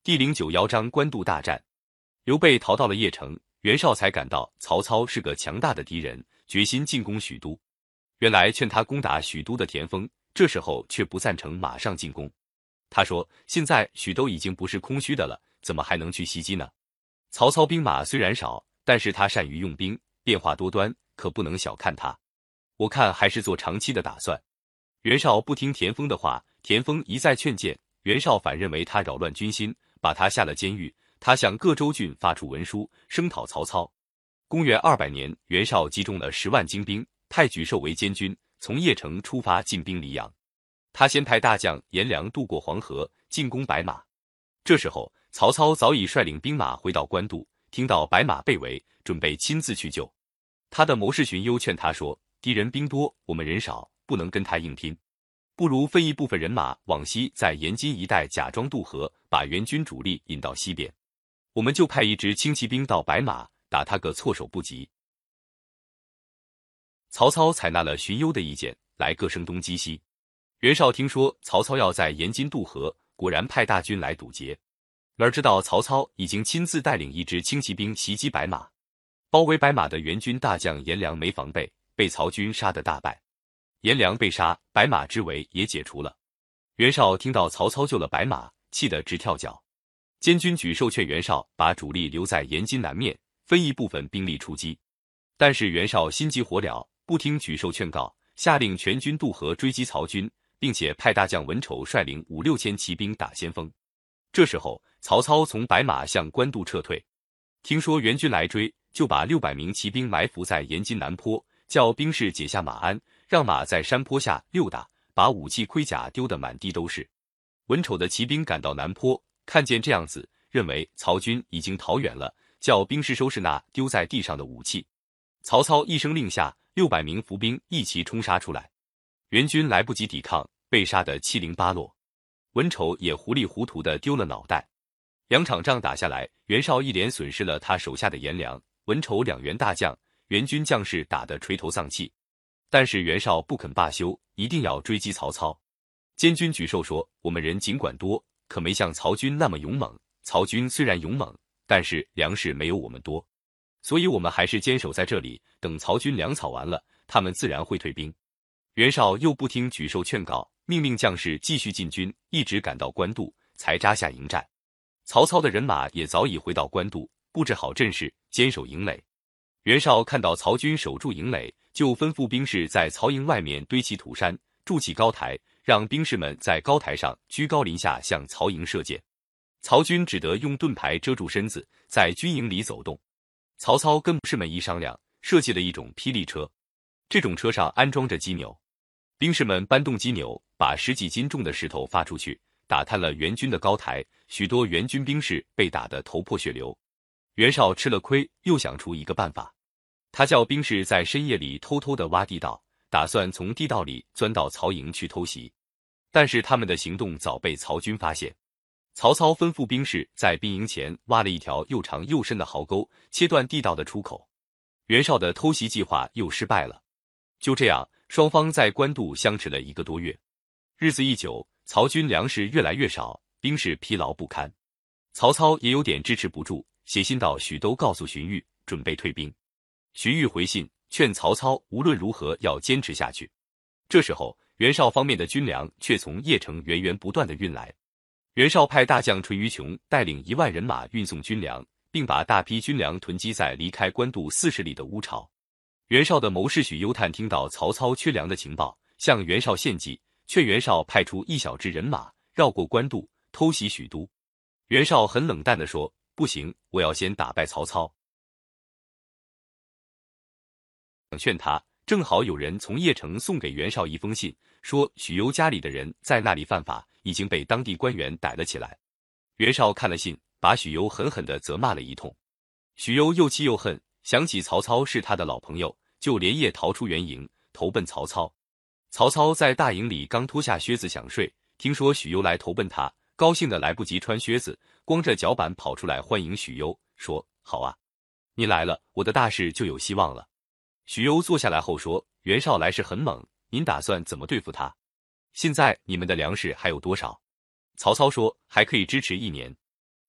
第09章官渡大战，刘备逃到了邺城，袁绍才感到曹操是个强大的敌人，决心进攻许都。原来劝他攻打许都的田丰，这时候却不赞成马上进攻。他说：“现在许都已经不是空虚的了，怎么还能去袭击呢？”曹操兵马虽然少，但是他善于用兵，变化多端，可不能小看他。我看还是做长期的打算。袁绍不听田丰的话，田丰一再劝谏，袁绍反认为他扰乱军心，把他下了监狱。他向各州郡发出文书，声讨曹操。公元200年，袁绍集中了10万精兵，派沮授为监军，从邺城出发进兵黎阳。他先派大将颜良渡过黄河，进攻白马。这时候，曹操早已率领兵马回到官渡，听到白马被围，准备亲自去救。他的谋士荀攸劝他说：“敌人兵多，我们人少，不能跟他硬拼，不如分一部分人马往西，在延津一带假装渡河，把援军主力引到西边。我们就派一支轻骑兵到白马，打他个措手不及。”曹操采纳了荀攸的意见，来个声东击西。袁绍听说曹操要在延津渡河，果然派大军来堵截。哪知道曹操已经亲自带领一支轻骑兵袭击白马，包围白马的援军大将颜良没防备，被曹军杀得大败。颜良被杀，白马之围也解除了。袁绍听到曹操救了白马，气得直跳脚。监军沮授劝袁绍把主力留在延津南面，分一部分兵力出击。但是袁绍心急火燎，不听沮授劝告，下令全军渡河追击曹军，并且派大将文丑率领5、6千骑兵打先锋。这时候，曹操从白马向官渡撤退，听说援军来追，就把600名骑兵埋伏在延津南坡，叫兵士解下马鞍，让马在山坡下溜达，把武器盔甲丢得满地都是。文丑的骑兵赶到南坡，看见这样子，认为曹军已经逃远了，叫兵士收拾那丢在地上的武器。曹操一声令下，600名伏兵一齐冲杀出来，援军来不及抵抗，被杀得七零八落。文丑也糊里糊涂地丢了脑袋。2场仗打下来，袁绍一连损失了他手下的颜良、文丑2员大将，援军将士打得垂头丧气。但是袁绍不肯罢休，一定要追击曹操。监军沮授说：“我们人尽管多，可没像曹军那么勇猛。曹军虽然勇猛，但是粮食没有我们多，所以我们还是坚守在这里，等曹军粮草完了，他们自然会退兵。”袁绍又不听沮授劝告，命令将士继续进军，一直赶到官渡，才扎下营寨。曹操的人马也早已回到官渡，布置好阵势，坚守营垒。袁绍看到曹军守住营垒，就吩咐兵士在曹营外面堆起土山，筑起高台，让兵士们在高台上居高临下向曹营射箭。曹军只得用盾牌遮住身子，在军营里走动。曹操跟兵士们一商量，设计了一种霹雳车，这种车上安装着机钮，兵士们搬动机钮，把10几斤重的石头发出去，打探了援军的高台，许多援军兵士被打得头破血流。袁绍吃了亏，又想出一个办法，他叫兵士在深夜里偷偷地挖地道，打算从地道里钻到曹营去偷袭。但是他们的行动早被曹军发现。曹操吩咐兵士在兵营前挖了一条又长又深的壕沟，切断地道的出口。袁绍的偷袭计划又失败了。就这样，双方在官渡相持了1个多月。日子一久，曹军粮食越来越少，兵士疲劳不堪。曹操也有点支持不住，写信到许都告诉荀彧，准备退兵。荀彧回信劝曹操无论如何要坚持下去。这时候，袁绍方面的军粮却从邺城源源不断地运来。袁绍派大将淳于琼带领1万人马运送军粮，并把大批军粮囤积在离开官渡40里的乌巢。袁绍的谋士许攸探听到曹操缺粮的情报，向袁绍献计，劝袁绍派出一小支人马绕过官渡，偷袭许都。袁绍很冷淡地说：“不行，我要先打败曹操。”想劝他，正好有人从邺城送给袁绍一封信，说许攸家里的人在那里犯法，已经被当地官员逮了起来。袁绍看了信，把许攸狠狠地责骂了一通。许攸又气又恨，想起曹操是他的老朋友，就连夜逃出原营，投奔曹操。曹操在大营里刚脱下靴子想睡，听说许攸来投奔他，高兴得来不及穿靴子，光着脚板跑出来欢迎许攸，说：“好啊，你来了，我的大事就有希望了。”许攸坐下来后说：“袁绍来势很猛，您打算怎么对付他？现在你们的粮食还有多少？”曹操说：“还可以支持1年。”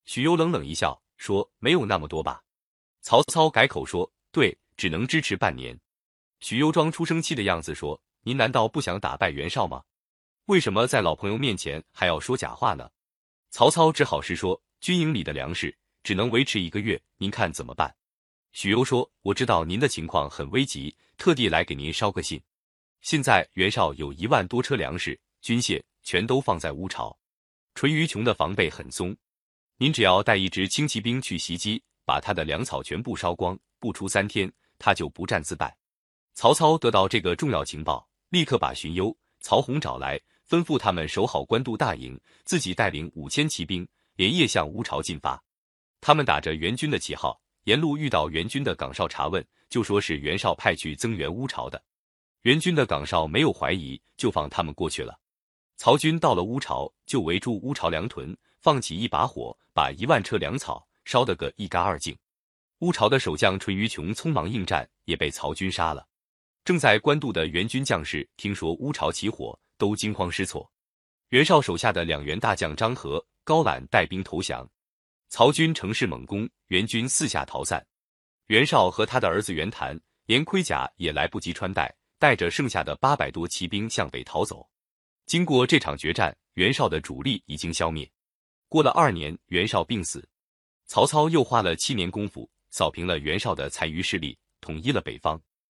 许攸冷冷一笑，说：“没有那么多吧？”曹操改口说：“对，只能支持半年。”许攸装出生气的样子说：“您难道不想打败袁绍吗？为什么在老朋友面前还要说假话呢？”曹操只好是说：“军营里的粮食只能维持1个月，您看怎么办？”许攸说：“我知道您的情况很危急，特地来给您捎个信。现在袁绍有1万多车粮食、军械，全都放在乌巢。淳于琼的防备很松，您只要带一支轻骑兵去袭击，把他的粮草全部烧光，不出3天，他就不战自败。”曹操得到这个重要情报，立刻把荀攸、曹洪找来，吩咐他们守好官渡大营，自己带领5000骑兵，连夜向乌巢进发。他们打着援军的旗号，沿路遇到援军的岗哨查问，就说是袁绍派去增援乌巢的。援军的岗哨没有怀疑，就放他们过去了。曹军到了乌巢，就围住乌巢粮屯，放起一把火，把1万车粮草烧得个一干二净。乌巢的守将淳于琼匆忙应战，也被曹军杀了。正在官渡的援军将士听说乌巢起火，都惊慌失措。袁绍手下的2员大将张合、高览带兵投降。曹军乘势猛攻，援军四下逃散。袁绍和他的儿子袁谭连盔甲也来不及穿戴，带着剩下的800多骑兵向北逃走。经过这场决战，袁绍的主力已经消灭。过了2年，袁绍病死。曹操又花了7年功夫，扫平了袁绍的残余势力，统一了北方。